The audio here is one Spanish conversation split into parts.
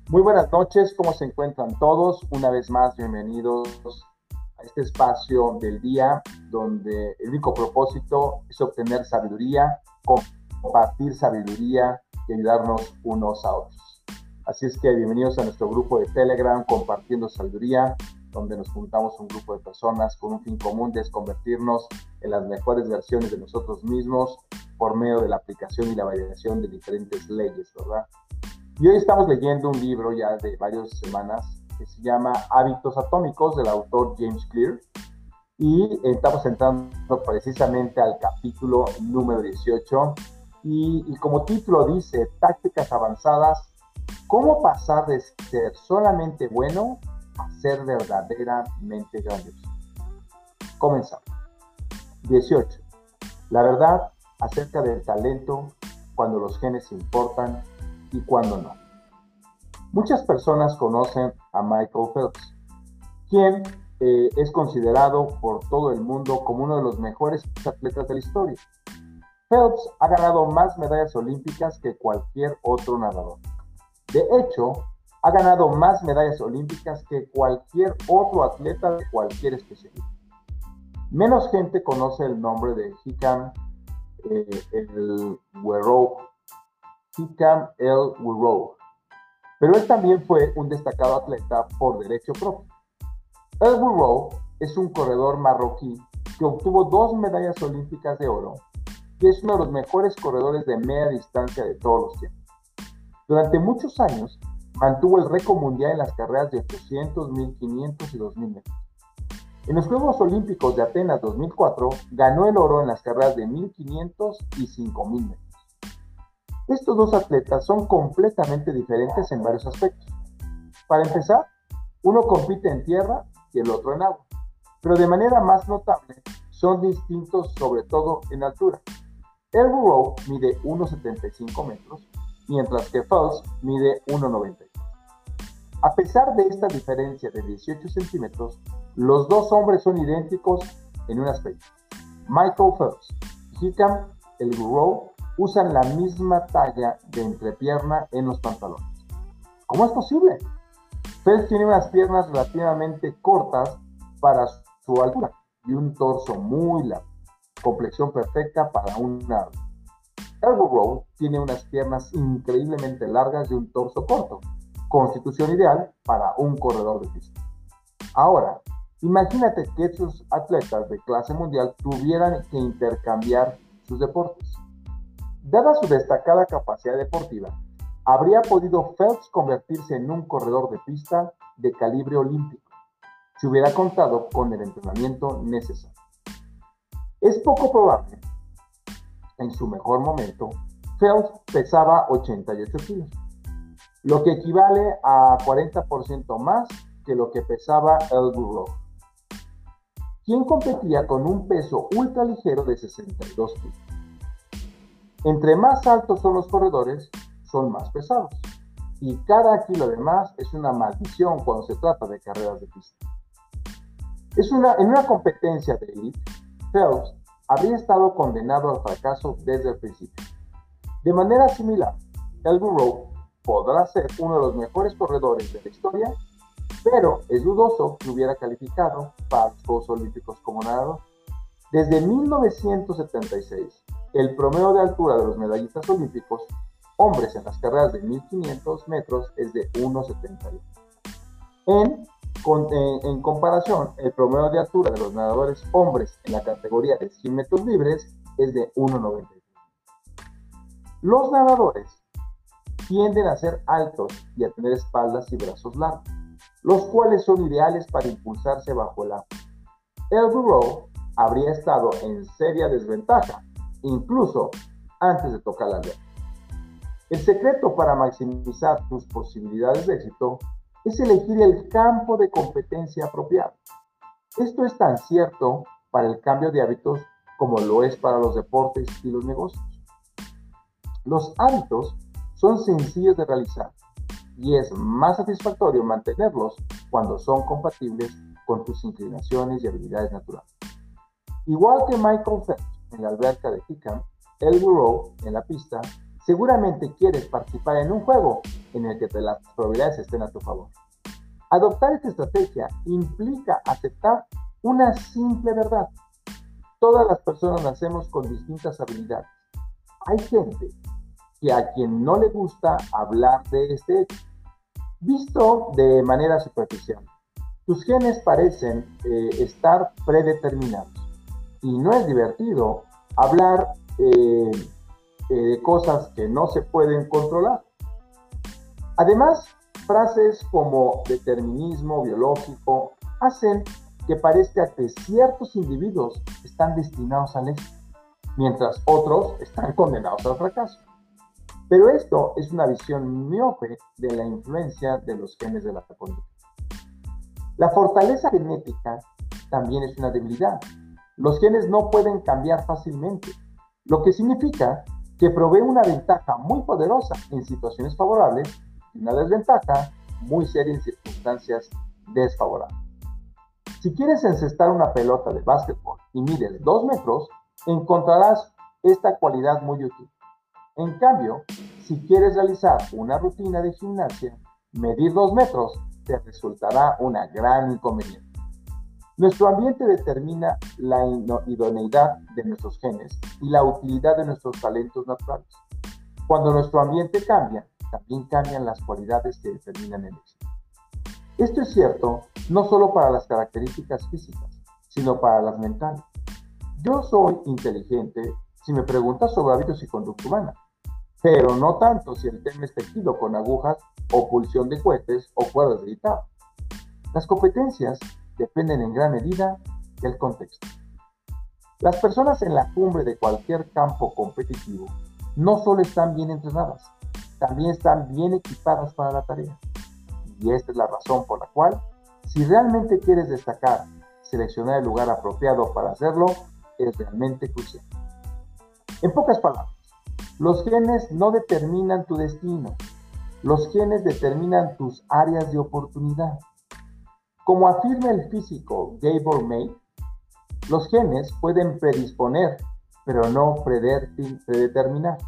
Muy buenas noches, ¿cómo se encuentran todos? Una vez más, bienvenidos a este espacio del día donde el único propósito es obtener sabiduría, compartir sabiduría y ayudarnos unos a otros. Así es que bienvenidos a nuestro grupo de Telegram, Compartiendo Sabiduría, donde nos juntamos un grupo de personas con un fin común de convertirnos en las mejores versiones de nosotros mismos por medio de la aplicación y la validación de diferentes leyes, ¿verdad? Y hoy estamos leyendo un libro ya de varias semanas que se llama Hábitos Atómicos del autor James Clear y estamos entrando precisamente al capítulo número 18 y como título dice tácticas avanzadas, cómo pasar de ser solamente bueno a ser verdaderamente grandioso. Comenzamos. 18. La verdad acerca del talento, cuando los genes importan y cuando no. Muchas personas conocen a Michael Phelps, quien es considerado por todo el mundo como uno de los mejores atletas de la historia. Phelps ha ganado más medallas olímpicas que cualquier otro nadador. De hecho, ha ganado más medallas olímpicas que cualquier otro atleta de cualquier especialidad. Menos gente conoce el nombre de Hicham el-Werrouh, Hicham el-Werrouh, pero él también fue un destacado atleta por derecho propio. El-Werrouh es un corredor marroquí que obtuvo 2 medallas olímpicas de oro y es uno de los mejores corredores de media distancia de todos los tiempos. Durante muchos años mantuvo el récord mundial en las carreras de 800, 1500 y 2000 metros. En los Juegos Olímpicos de Atenas 2004 ganó el oro en las carreras de 1500 y 5000 metros. Estos dos atletas son completamente diferentes en varios aspectos. Para empezar, uno compite en tierra y el otro en agua, pero de manera más notable son distintos sobre todo en altura. El-Werrouh mide 1,75 metros, mientras que Phelps mide 1,90. A pesar de esta diferencia de 18 centímetros, los dos hombres son idénticos en un aspecto. Michael Phelps y Hicham el-Werrouh usan la misma talla de entrepierna en los pantalones. ¿Cómo es posible? Phelps tiene unas piernas relativamente cortas para su altura y un torso muy largo, complexión perfecta para un nado. El-Werrouh tiene unas piernas increíblemente largas y un torso corto, constitución ideal para un corredor de pista. Ahora, imagínate que estos atletas de clase mundial tuvieran que intercambiar sus deportes. Dada su destacada capacidad deportiva, ¿habría podido Phelps convertirse en un corredor de pista de calibre olímpico si hubiera contado con el entrenamiento necesario? Es poco probable. En su mejor momento, Phelps pesaba 88 kilos, lo que equivale a 40% más que lo que pesaba El-Werrouh, quien competía con un peso ultraligero de 62 kilos. Entre más altos son los corredores, son más pesados, y cada kilo de más es una maldición cuando se trata de carreras de pista. En una competencia de élite, Phelps habría estado condenado al fracaso desde el principio. De manera similar, El-Werrouh podrá ser uno de los mejores corredores de la historia, pero es dudoso que hubiera calificado para los Juegos Olímpicos como nadador. Desde 1976, el promedio de altura de los medallistas olímpicos, hombres en las carreras de 1500 metros, es de 1,71. En comparación, el promedio de altura de los nadadores hombres en la categoría de 100 metros libres es de 1,93. Los nadadores tienden a ser altos y a tener espaldas y brazos largos, los cuales son ideales para impulsarse bajo el agua. El-Werrouh habría estado en seria desventaja, incluso antes de tocar la alberca. El secreto para maximizar tus posibilidades de éxito es elegir el campo de competencia apropiado. Esto es tan cierto para el cambio de hábitos como lo es para los deportes y los negocios. Los hábitos son sencillos de realizar y es más satisfactorio mantenerlos cuando son compatibles con tus inclinaciones y habilidades naturales. Igual que Michael Phelps en la alberca de Hicham, El-Werrouh en la pista Seguramente quieres participar en un juego en el que las probabilidades estén a tu favor. Adoptar esta estrategia implica aceptar una simple verdad. Todas las personas nacemos con distintas habilidades. Hay gente a quien no le gusta hablar de este hecho. Visto de manera superficial, tus genes parecen estar predeterminados y no es divertido hablar de cosas que no se pueden controlar. Además, frases como determinismo biológico hacen que parezca que ciertos individuos están destinados al éxito, mientras otros están condenados al fracaso. Pero esto es una visión miope de la influencia de los genes de la conducta. La fortaleza genética también es una debilidad. Los genes no pueden cambiar fácilmente, lo que significa que provee una ventaja muy poderosa en situaciones favorables y una desventaja muy seria en circunstancias desfavorables. Si quieres encestar una pelota de básquetbol y mides 2 metros, encontrarás esta cualidad muy útil. En cambio, si quieres realizar una rutina de gimnasia, medir 2 metros te resultará una gran inconveniente. Nuestro ambiente determina la idoneidad de nuestros genes y la utilidad de nuestros talentos naturales. Cuando nuestro ambiente cambia, también cambian las cualidades que determinan el éxito. Esto es cierto no solo para las características físicas, sino para las mentales. Yo soy inteligente si me preguntas sobre hábitos y conducta humana, pero no tanto si el tema es tejido con agujas o pulsión de cohetes o cuerdas de guitarra. Las competencias dependen en gran medida del contexto. Las personas en la cumbre de cualquier campo competitivo no solo están bien entrenadas, también están bien equipadas para la tarea. Y esta es la razón por la cual, si realmente quieres destacar, seleccionar el lugar apropiado para hacerlo es realmente crucial. En pocas palabras, los genes no determinan tu destino, los genes determinan tus áreas de oportunidad. Como afirma el físico Gabor Mate, los genes pueden predisponer, pero no predeterminar.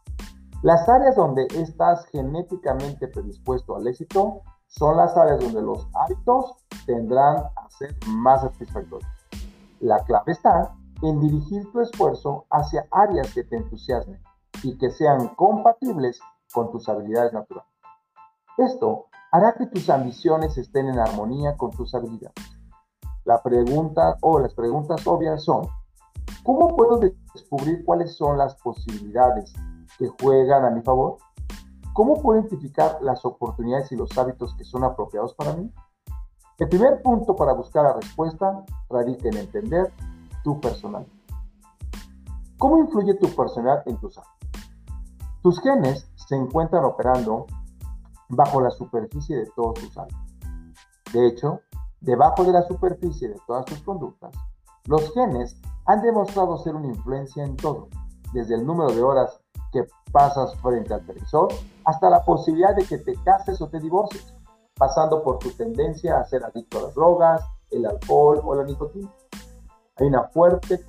Las áreas donde estás genéticamente predispuesto al éxito son las áreas donde los hábitos tendrán a ser más satisfactorios. La clave está en dirigir tu esfuerzo hacia áreas que te entusiasmen y que sean compatibles con tus habilidades naturales. Esto hará que tus ambiciones estén en armonía con tus habilidades. Las preguntas obvias son: ¿cómo puedo descubrir cuáles son las posibilidades que juegan a mi favor? ¿Cómo puedo identificar las oportunidades y los hábitos que son apropiados para mí? El primer punto para buscar la respuesta radica en entender tu personalidad. ¿Cómo influye tu personalidad en tus hábitos? Tus genes se encuentran operando bajo la superficie de todos tus hábitos. De hecho, debajo de la superficie de todas tus conductas, los genes han demostrado ser una influencia en todo, desde el número de horas que pasas frente al televisor hasta la posibilidad de que te cases o te divorcies, pasando por tu tendencia a ser adicto a las drogas, el alcohol o la nicotina. Hay un fuerte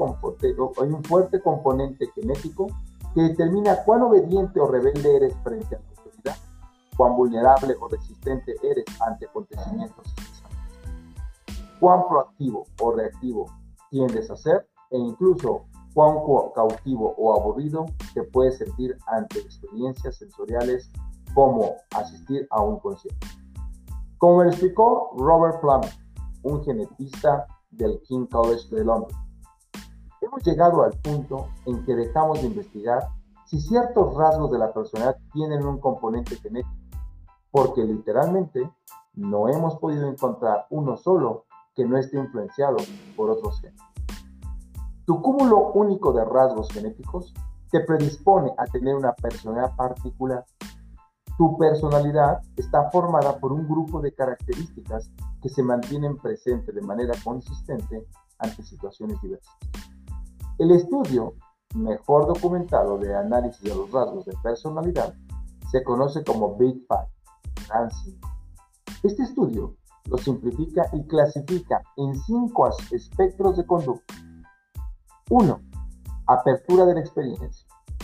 componente genético que determina cuán obediente o rebelde eres frente a la autoridad, cuán vulnerable o resistente eres ante acontecimientos estresantes, cuán proactivo o reactivo tiendes a ser e incluso cuán cautivo o aburrido te puedes sentir ante experiencias sensoriales como asistir a un concierto. Como me lo explicó Robert Plumer, un genetista del King's College de Londres, hemos llegado al punto en que dejamos de investigar si ciertos rasgos de la personalidad tienen un componente genético, porque literalmente no hemos podido encontrar uno solo que no esté influenciado por otros genes. Tu cúmulo único de rasgos genéticos te predispone a tener una personalidad particular. Tu personalidad está formada por un grupo de características que se mantienen presentes de manera consistente ante situaciones diversas. El estudio mejor documentado de análisis de los rasgos de personalidad se conoce como Big Five, Gran 5. Este estudio lo simplifica y clasifica en 5 espectros de conducta. 1. Apertura de la experiencia.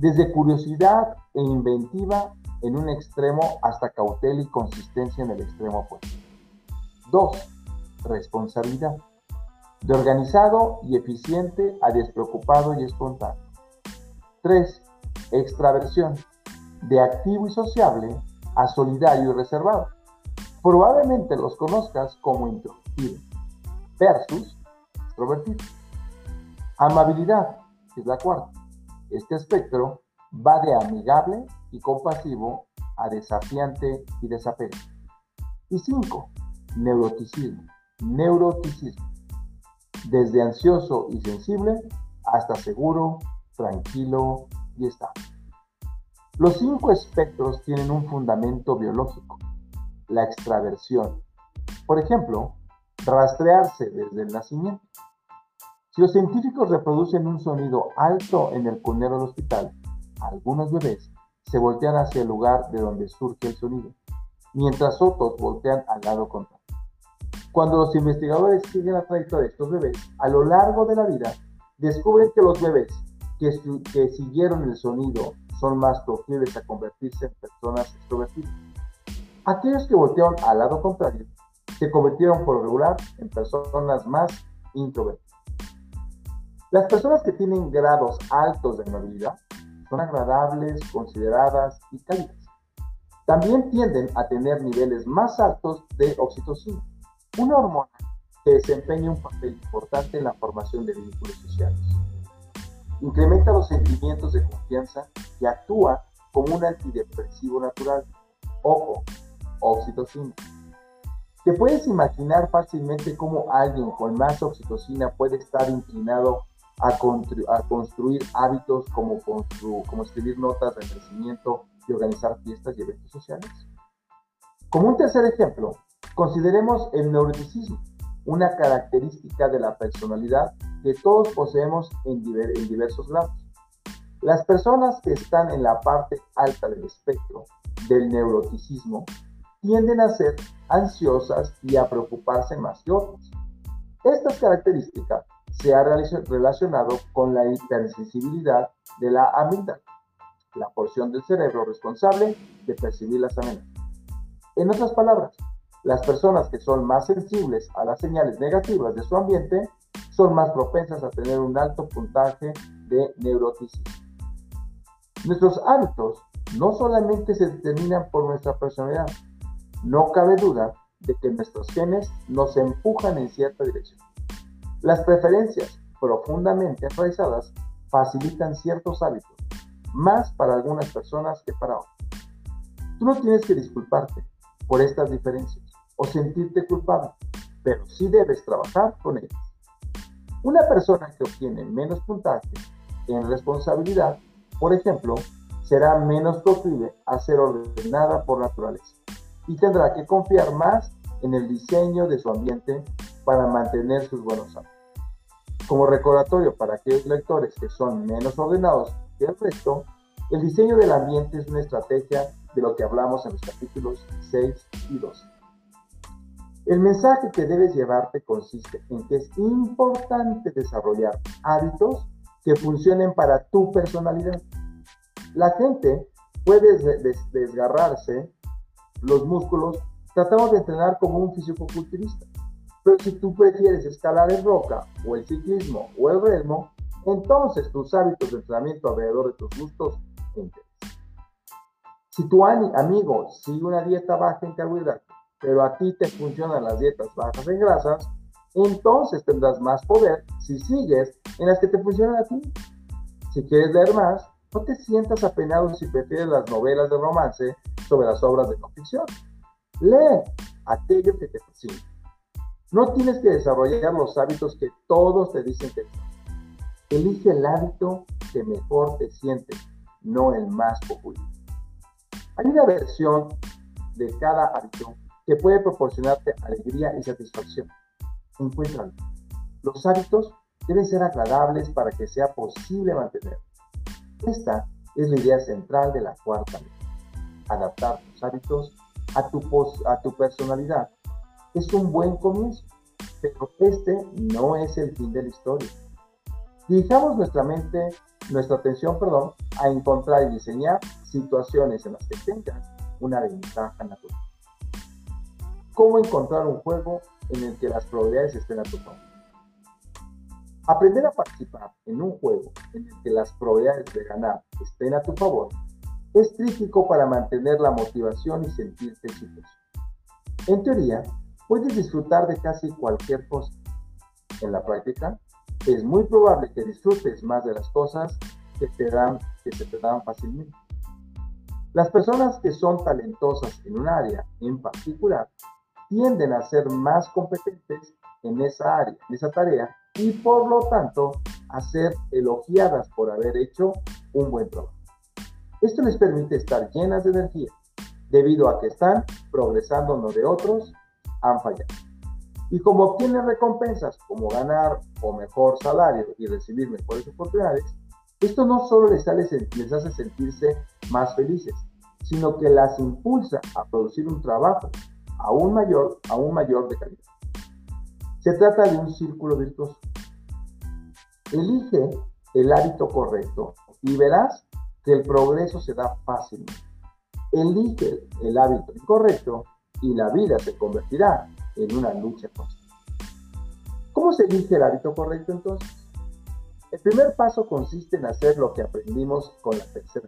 desde curiosidad e inventiva en un extremo hasta cautela y consistencia en el extremo opuesto. 2. Responsabilidad. De organizado y eficiente a despreocupado y espontáneo. 3. Extraversión. De activo y sociable a solidario y reservado. Probablemente los conozcas como introvertido versus extrovertido. Amabilidad, que es la cuarta. Este espectro va de amigable y compasivo a desafiante y desapego. Y 5. Neuroticismo. Neuroticismo. Desde ansioso y sensible hasta seguro, tranquilo y estable. Los 5 espectros tienen un fundamento biológico, la extraversión. Por ejemplo, rastrearse desde el nacimiento. Si los científicos reproducen un sonido alto en el cunero del hospital, algunos bebés se voltean hacia el lugar de donde surge el sonido, mientras otros voltean al lado contrario. Cuando los investigadores siguen la trayectoria de estos bebés, a lo largo de la vida, descubren que los bebés que siguieron el sonido son más proclives a convertirse en personas extrovertidas. Aquellos que voltearon al lado contrario se convirtieron por regular en personas más introvertidas. Las personas que tienen grados altos de amabilidad son agradables, consideradas y cálidas. También tienden a tener niveles más altos de oxitocina, una hormona que desempeña un papel importante en la formación de vínculos sociales. Incrementa los sentimientos de confianza y actúa como un antidepresivo natural. Ojo, oxitocina. ¿Te puedes imaginar fácilmente cómo alguien con más oxitocina puede estar inclinado a construir hábitos como escribir notas de agradecimiento y organizar fiestas y eventos sociales? Como un tercer ejemplo, consideremos el neuroticismo, una característica de la personalidad que todos poseemos en diversos grados. Las personas que están en la parte alta del espectro del neuroticismo tienden a ser ansiosas y a preocuparse más que otras. Estas características se han relacionado con la hipersensibilidad de la amígdala, la porción del cerebro responsable de percibir las amenazas. En otras palabras, las personas que son más sensibles a las señales negativas de su ambiente son más propensas a tener un alto puntaje de neuroticismo. Nuestros hábitos no solamente se determinan por nuestra personalidad, no cabe duda de que nuestros genes nos empujan en cierta dirección. Las preferencias profundamente enraizadas facilitan ciertos hábitos, más para algunas personas que para otras. Tú no tienes que disculparte por estas diferencias o sentirte culpable, pero sí debes trabajar con ellas. Una persona que obtiene menos puntaje en responsabilidad, por ejemplo, será menos proclive a ser ordenada por naturaleza y tendrá que confiar más en el diseño de su ambiente para mantener sus buenos hábitos. Como recordatorio para aquellos lectores que son menos ordenados que el resto, el diseño del ambiente es una estrategia de lo que hablamos en los capítulos 6 y 12. El mensaje que debes llevarte consiste en que es importante desarrollar hábitos que funcionen para tu personalidad. La gente puede desgarrarse los músculos tratando de entrenar como un fisicoculturista. Pero si tú prefieres escalar en roca, o el ciclismo, o el remo, entonces tus hábitos de entrenamiento alrededor de tus gustos te interesan. Si tu amigo sigue una dieta baja en carbohidratos, pero a ti te funcionan las dietas bajas en grasas, entonces tendrás más poder si sigues en las que te funcionan a ti. Si quieres leer más, no te sientas apenado si prefieres las novelas de romance sobre las obras de no ficción. Lee aquello que te fascina. No tienes que desarrollar los hábitos que todos te dicen que tienes. Elige el hábito que mejor te siente, no el más popular. Hay una versión de cada hábito que puede proporcionarte alegría y satisfacción. Encuéntralo. Los hábitos deben ser agradables para que sea posible mantenerlos. Esta es la idea central de la cuarta ley. Adaptar tus hábitos a tu personalidad es un buen comienzo, pero este no es el fin de la historia. Dirijamos nuestra mente nuestra atención, perdón, a encontrar y diseñar situaciones en las que tengas una ventaja natural. ¿Cómo encontrar un juego en el que las probabilidades estén a tu favor? Aprender a participar en un juego en el que las probabilidades de ganar estén a tu favor es crítico para mantener la motivación y sentirte exitoso. En teoría, puedes disfrutar de casi cualquier cosa. En la práctica, es muy probable que disfrutes más de las cosas que se te dan fácilmente. Las personas que son talentosas en un área en particular tienden a ser más competentes en esa área, en esa tarea, y por lo tanto a ser elogiadas por haber hecho un buen trabajo. Esto les permite estar llenas de energía, debido a que están progresando donde otros han fallado. Y como obtienen recompensas como ganar o mejor salario y recibir mejores oportunidades, esto no solo les hace sentirse más felices, sino que las impulsa a producir un trabajo aún mayor de calidad. Se trata de un círculo virtuoso. Elige el hábito correcto y verás que el progreso se da fácilmente. Elige el hábito incorrecto y la vida se convertirá en una lucha constante. ¿Cómo se elige el hábito correcto entonces? El primer paso consiste en hacer lo que aprendimos con la tercera,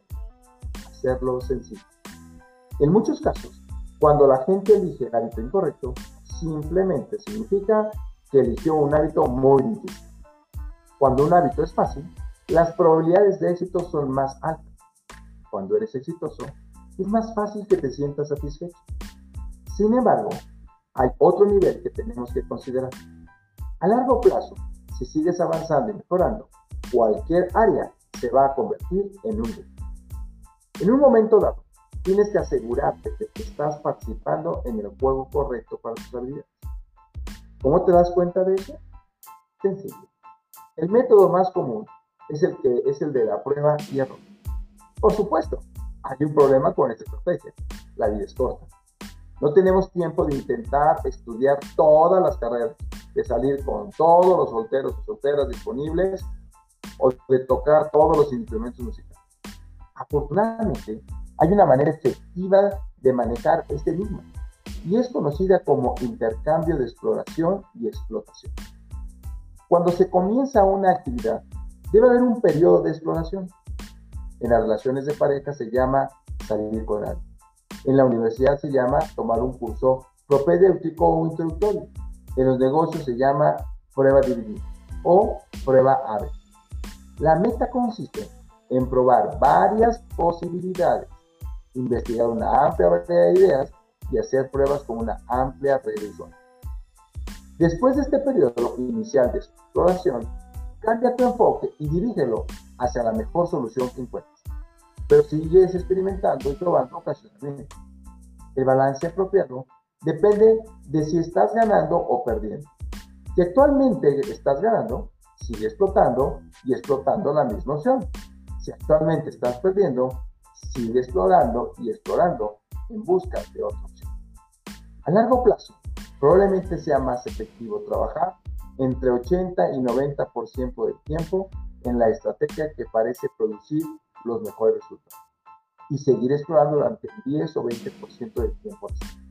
hacerlo sencillo. En muchos casos, cuando la gente elige el hábito incorrecto, simplemente significa que eligió un hábito muy difícil. Cuando un hábito es fácil, las probabilidades de éxito son más altas. Cuando eres exitoso, es más fácil que te sientas satisfecho. Sin embargo, hay otro nivel que tenemos que considerar. A largo plazo, si sigues avanzando y mejorando, cualquier área se va a convertir en un reto. En un momento dado, tienes que asegurarte de que estás participando en el juego correcto para tus habilidades. ¿Cómo te das cuenta de eso? Sencillo. El método más común es el de la prueba y error. Por supuesto, hay un problema con esta estrategia. La vida es corta. No tenemos tiempo de intentar estudiar todas las carreras, de salir con todos los solteros y solteras disponibles o de tocar todos los instrumentos musicales. Afortunadamente, hay una manera efectiva de manejar este enigma y es conocida como intercambio de exploración y explotación. Cuando se comienza una actividad, debe haber un periodo de exploración. En las relaciones de pareja se llama salir con alguien. En la universidad se llama tomar un curso propedéutico o introductorio. En los negocios se llama prueba dividida o prueba A/B. La meta consiste en probar varias posibilidades, investigar una amplia variedad de ideas y hacer pruebas con una amplia red de usuarios. Después de este periodo inicial de exploración, cambia tu enfoque y dirígelo hacia la mejor solución que encuentres. Pero sigues experimentando y probando ocasionalmente. El balance apropiado depende de si estás ganando o perdiendo. Si actualmente estás ganando, sigue explotando y explotando la misma opción. Si actualmente estás perdiendo, sigue explorando y explorando en busca de otra opción. A largo plazo, probablemente sea más efectivo trabajar entre 80 y 90% del tiempo en la estrategia que parece producir los mejores resultados y seguir explorando durante el 10 o 20% del tiempo.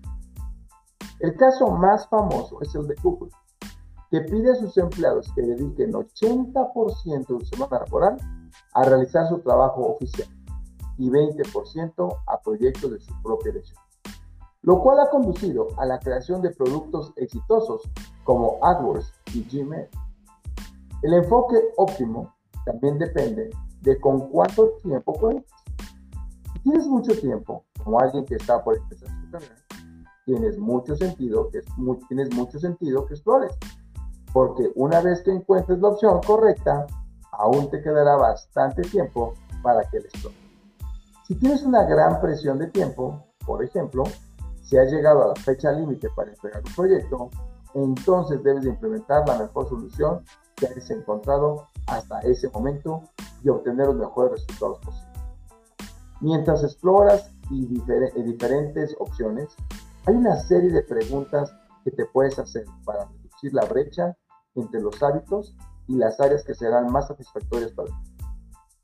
El caso más famoso es el de Google, que pide a sus empleados que dediquen 80% de su semana laboral a realizar su trabajo oficial y 20% a proyectos de su propia elección, lo cual ha conducido a la creación de productos exitosos como AdWords y Gmail. El enfoque óptimo también depende de con cuánto tiempo cuentas. Si tienes mucho tiempo, como alguien que está por empezar su carrera, tienes mucho sentido que explores, porque una vez que encuentres la opción correcta, aún te quedará bastante tiempo para que la explores. Si tienes una gran presión de tiempo, por ejemplo, si has llegado a la fecha límite para entregar un proyecto, entonces debes de implementar la mejor solución que hayas encontrado hasta ese momento y obtener los mejores resultados posibles. Mientras exploras diferentes opciones, hay una serie de preguntas que te puedes hacer para reducir la brecha entre los hábitos y las áreas que serán más satisfactorias para ti.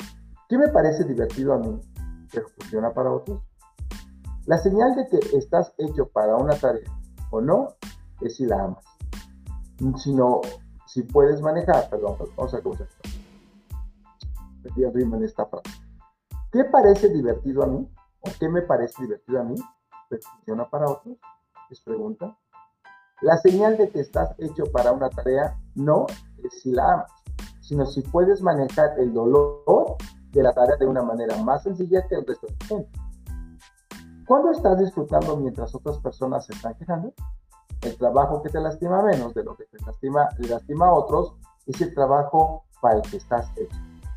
¿Qué me parece divertido a mí, pero funciona para otros? La señal de que estás hecho para una tarea o no es si la amas. Sino, si puedes manejar, perdón, vamos a comenzar. Metí el ritmo en esta frase. ¿Qué parece divertido a mí? ¿O qué me parece divertido a mí? ¿Pero funciona para otros? Es pregunta. La señal de que estás hecho para una tarea no es si la amas, sino si puedes manejar el dolor de la tarea de una manera más sencilla que el resto de la gente. ¿Cuándo estás disfrutando mientras otras personas se están quejando? El trabajo que te lastima menos de lo que le lastima a otros es el trabajo para el que estás hecho.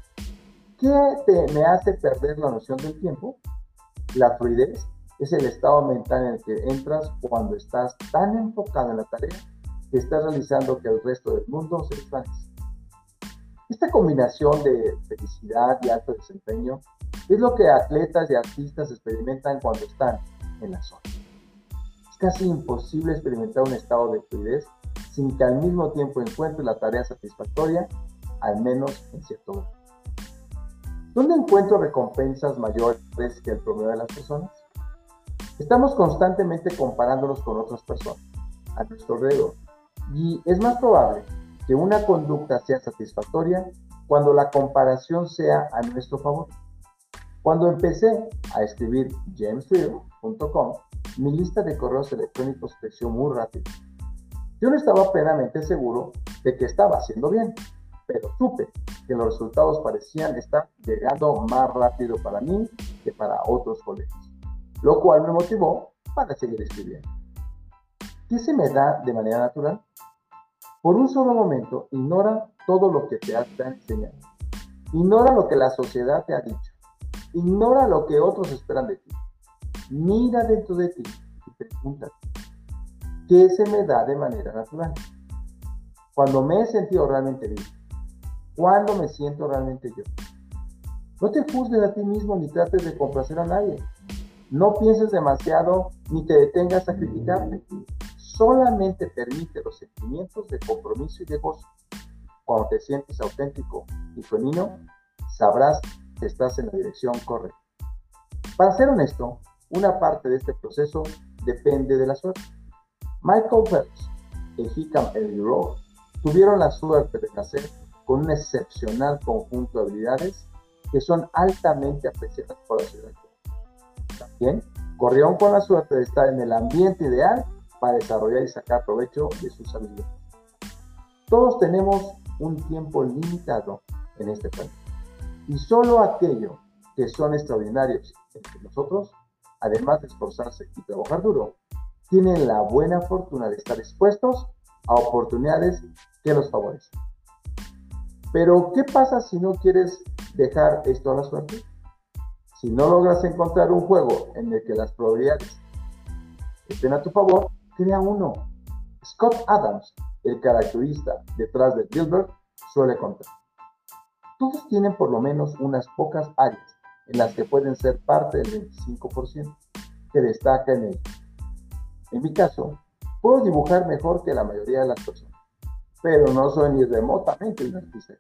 ¿Qué me hace perder la noción del tiempo? La fluidez es el estado mental en el que entras cuando estás tan enfocado en la tarea que estás realizando que el resto del mundo se desvanece. Esta combinación de felicidad y alto desempeño es lo que atletas y artistas experimentan cuando están en la zona. Es casi imposible experimentar un estado de fluidez sin que al mismo tiempo encuentres la tarea satisfactoria, al menos en cierto grado. ¿Dónde encuentro recompensas mayores que el promedio de las personas? Estamos constantemente comparándonos con otras personas a nuestro alrededor, y es más probable que una conducta sea satisfactoria cuando la comparación sea a nuestro favor. Cuando empecé a escribir jamesfreer.com, mi lista de correos electrónicos creció muy rápido. Yo no estaba plenamente seguro de que estaba haciendo bien, pero supe que los resultados parecían estar llegando más rápido para mí que para otros colegas, lo cual me motivó para seguir escribiendo. ¿Qué se me da de manera natural? Por un solo momento, ignora todo lo que te han enseñado. Ignora lo que la sociedad te ha dicho. Ignora lo que otros esperan de ti. Mira dentro de ti y pregúntate, ¿qué se me da de manera natural? Cuando me he sentido realmente bien. ¿Cuándo me siento realmente yo? No te juzgues a ti mismo ni trates de complacer a nadie. No pienses demasiado ni te detengas a criticarte. Solamente permite los sentimientos de compromiso y de gozo. Cuando te sientes auténtico y genuino, sabrás que estás en la dirección correcta. Para ser honesto, una parte de este proceso depende de la suerte. Michael Phelps y Hickam El-Rowe tuvieron la suerte de nacer con un excepcional conjunto de habilidades que son altamente apreciadas por la sociedad. También corrieron con la suerte de estar en el ambiente ideal para desarrollar y sacar provecho de sus habilidades. Todos tenemos un tiempo limitado en este planeta, y solo aquellos que son extraordinarios entre nosotros, además de esforzarse y trabajar duro, tienen la buena fortuna de estar expuestos a oportunidades que los favorecen. Pero, ¿qué pasa si no quieres dejar esto a la suerte? Si no logras encontrar un juego en el que las probabilidades estén a tu favor, crea uno. Scott Adams, el caracterista detrás de Dilbert, suele contar: todos tienen por lo menos unas pocas áreas en las que pueden ser parte del 25% que destaca en ellos. En mi caso, puedo dibujar mejor que la mayoría de las personas, pero no soy ni remotamente un artista.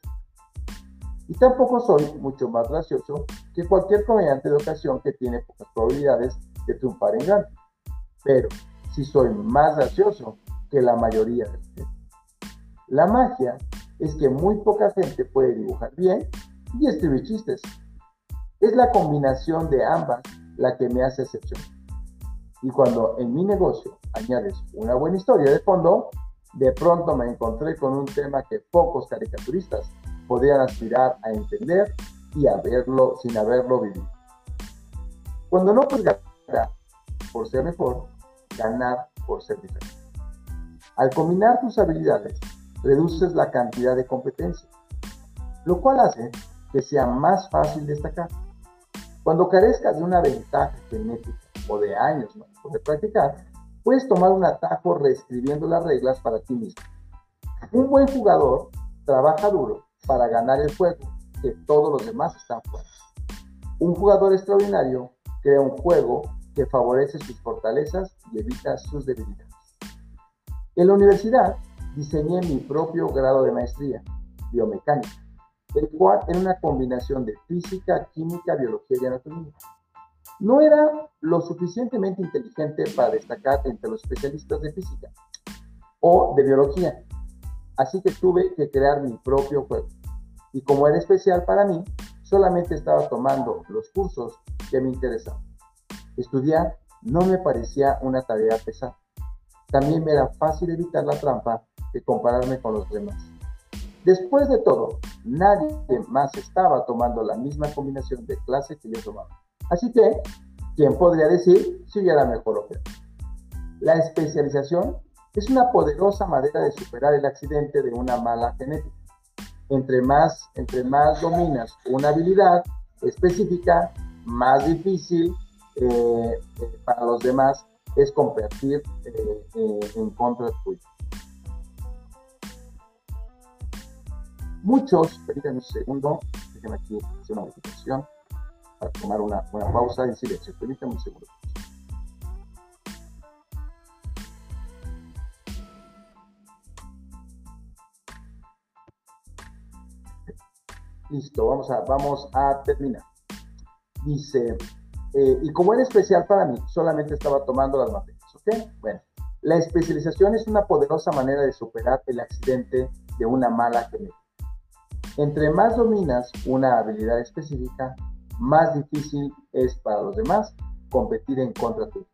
Y tampoco soy mucho más gracioso que cualquier comediante de ocasión que tiene pocas probabilidades de triunfar en grande. Pero sí soy más gracioso que la mayoría de la gente. La magia es que muy poca gente puede dibujar bien y escribir chistes. Es la combinación de ambas la que me hace excepcional. Y cuando en mi negocio añades una buena historia de fondo, de pronto me encontré con un tema que pocos caricaturistas podrían aspirar a entender y a verlo sin haberlo vivido. Cuando no puedes ganar por ser mejor, ganar por ser diferente. Al combinar tus habilidades, reduces la cantidad de competencia, lo cual hace que sea más fácil destacar. Cuando carezcas de una ventaja genética o de años para poder practicar, puedes tomar un atajo reescribiendo las reglas para ti mismo. Un buen jugador trabaja duro para ganar el juego que todos los demás están fuera. Un jugador extraordinario crea un juego que favorece sus fortalezas y evita sus debilidades. En la universidad diseñé mi propio grado de maestría, biomecánica, el cual era una combinación de física, química, biología y anatomía. No era lo suficientemente inteligente para destacar entre los especialistas de física o de biología, así que tuve que crear mi propio juego. Y como era especial para mí, solamente estaba tomando los cursos que me interesaban. Estudiar no me parecía una tarea pesada. También me era fácil evitar la trampa de compararme con los demás. Después de todo, nadie más estaba tomando la misma combinación de clase que yo tomaba. Así que, ¿quién podría decir si yo era mejor o peor? La especialización es una poderosa manera de superar el accidente de una mala genética. Entre más dominas una habilidad específica, más difícil para los demás es competir en contra tuyo. Muchos, permítanme un segundo, déjenme aquí hacer una modificación para tomar una pausa en silencio. Permítanme un segundo. Listo, vamos a terminar. Dice, y como era especial para mí, solamente estaba tomando las materias, ¿ok? Bueno, la especialización es una poderosa manera de superar el accidente de una mala genética. Entre más dominas una habilidad específica, más difícil es para los demás competir en contra tuyo.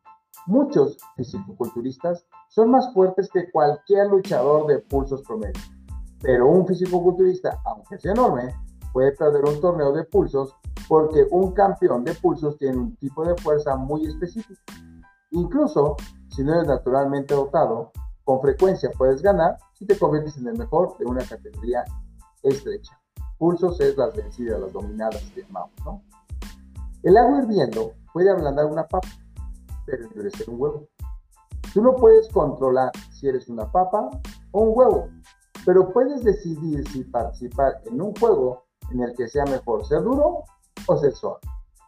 Muchos fisicoculturistas son más fuertes que cualquier luchador de pulsos promedio, pero un fisicoculturista, aunque sea enorme, puede perder un torneo de pulsos porque un campeón de pulsos tiene un tipo de fuerza muy específico. Incluso si no eres naturalmente dotado, con frecuencia puedes ganar si te conviertes en el mejor de una categoría estrecha. Pulsos es las vencidas, las dominadas que llamamos, ¿no? El agua hirviendo puede ablandar una papa, pero endurecer un huevo. Tú no puedes controlar si eres una papa o un huevo, pero puedes decidir si participar en un juego en el que sea mejor ser duro o ser suave.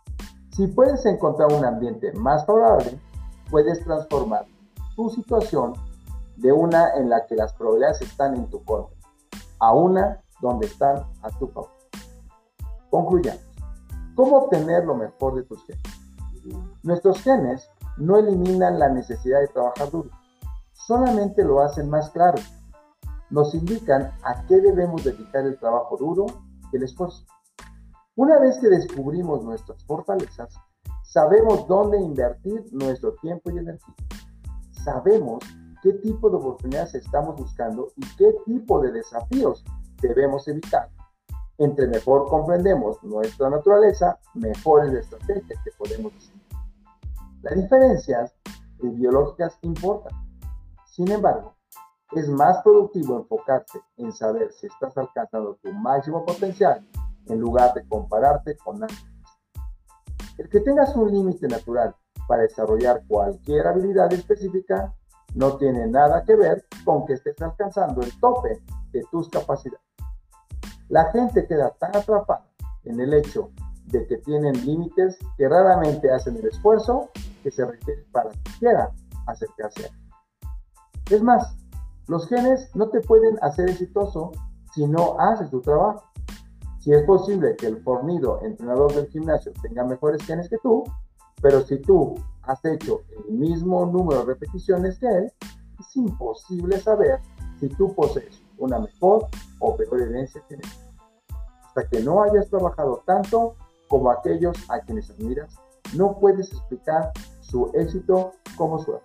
Si puedes encontrar un ambiente más favorable, puedes transformar tu situación de una en la que las probabilidades están en tu contra a una donde están a tu favor. Concluyamos. ¿Cómo obtener lo mejor de tus genes? Nuestros genes no eliminan la necesidad de trabajar duro, solamente lo hacen más claro. Nos indican a qué debemos dedicar el trabajo duro y el esfuerzo. Una vez que descubrimos nuestras fortalezas, sabemos dónde invertir nuestro tiempo y energía. Sabemos qué tipo de oportunidades estamos buscando y qué tipo de desafíos debemos evitar. Entre mejor comprendemos nuestra naturaleza, mejor es la estrategia que podemos diseñar. Las diferencias biológicas importan. Sin embargo, es más productivo enfocarse en saber si estás alcanzando tu máximo potencial en lugar de compararte con nadie. El que tengas un límite natural para desarrollar cualquier habilidad específica no tiene nada que ver con que estés alcanzando el tope de tus capacidades. La gente queda tan atrapada en el hecho de que tienen límites que raramente hacen el esfuerzo que se requiere para siquiera acercarse a él. Es más, los genes no te pueden hacer exitoso si no haces tu trabajo. Si es posible que el fornido entrenador del gimnasio tenga mejores genes que tú, pero si tú has hecho el mismo número de repeticiones que él, es imposible saber si tú posees una mejor o peor herencia genética. Hasta que no hayas trabajado tanto como aquellos a quienes admiras, no puedes explicar su éxito como suerte.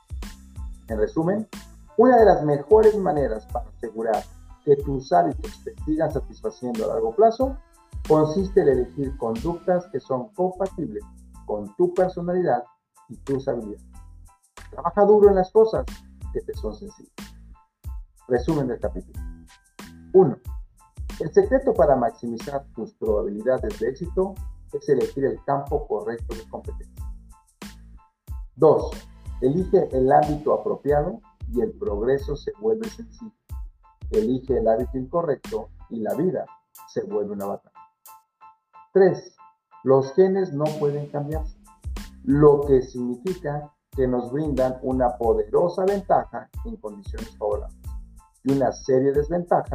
En resumen, una de las mejores maneras para asegurar que tus hábitos te sigan satisfaciendo a largo plazo consiste en elegir conductas que son compatibles con tu personalidad y tus habilidades. Trabaja duro en las cosas que te son sencillas. Resumen del capítulo. 1. El secreto para maximizar tus probabilidades de éxito es elegir el campo correcto de competencia. 2. Elige el ámbito apropiado y el progreso se vuelve sencillo. Elige el hábito incorrecto y la vida se vuelve una batalla. 3. Los genes no pueden cambiarse, lo que significa que nos brindan una poderosa ventaja en condiciones favorables y una seria desventaja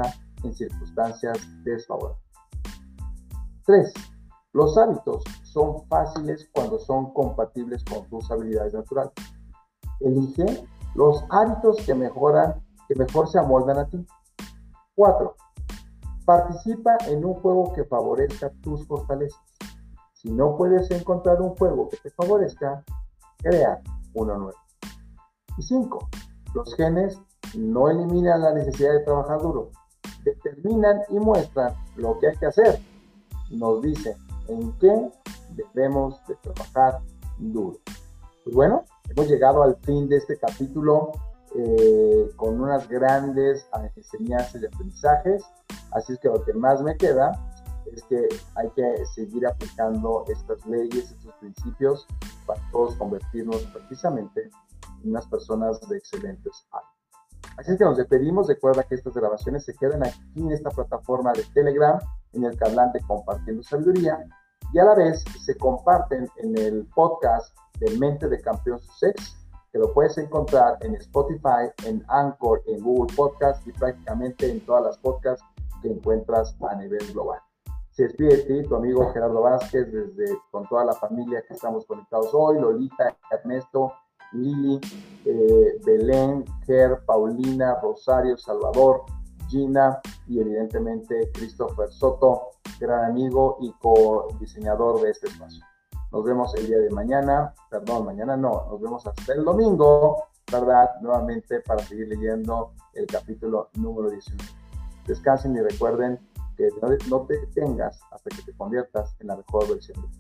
en circunstancias desfavorables. 3. Los hábitos son fáciles cuando son compatibles con tus habilidades naturales. Elige los hábitos que mejor se amoldan a ti. 4. Participa en un juego que favorezca tus fortalezas. Si no puedes encontrar un juego que te favorezca, crea uno nuevo. Y 5. Los genes no eliminan la necesidad de trabajar duro. Determinan y muestran lo que hay que hacer. Nos dicen en qué debemos de trabajar duro. Pues bueno, hemos llegado al fin de este capítulo con unas grandes enseñanzas y aprendizajes. Así es que lo que más me queda es que hay que seguir aplicando estas leyes, estos principios, para todos convertirnos precisamente en unas personas de excelentes hábitos. Así es que nos despedimos. Recuerda que estas grabaciones se quedan aquí en esta plataforma de Telegram, en el canal de Compartiendo Sabiduría, y a la vez se comparten en el podcast de Mente de Campeón Sussex, que lo puedes encontrar en Spotify, en Anchor, en Google Podcast y prácticamente en todas las podcasts que encuentras a nivel global. Se despide de ti tu amigo Gerardo Vázquez, con toda la familia que estamos conectados hoy: Lolita, Ernesto, Lili, Belén, Ger, Paulina, Rosario, Salvador, Gina y evidentemente Christopher Soto, gran amigo y co-diseñador de este espacio. Nos vemos el día de mañana, nos vemos hasta el domingo, ¿verdad? Nuevamente para seguir leyendo el capítulo número 19. Descansen y recuerden que no te detengas hasta que te conviertas en la mejor versión de ti.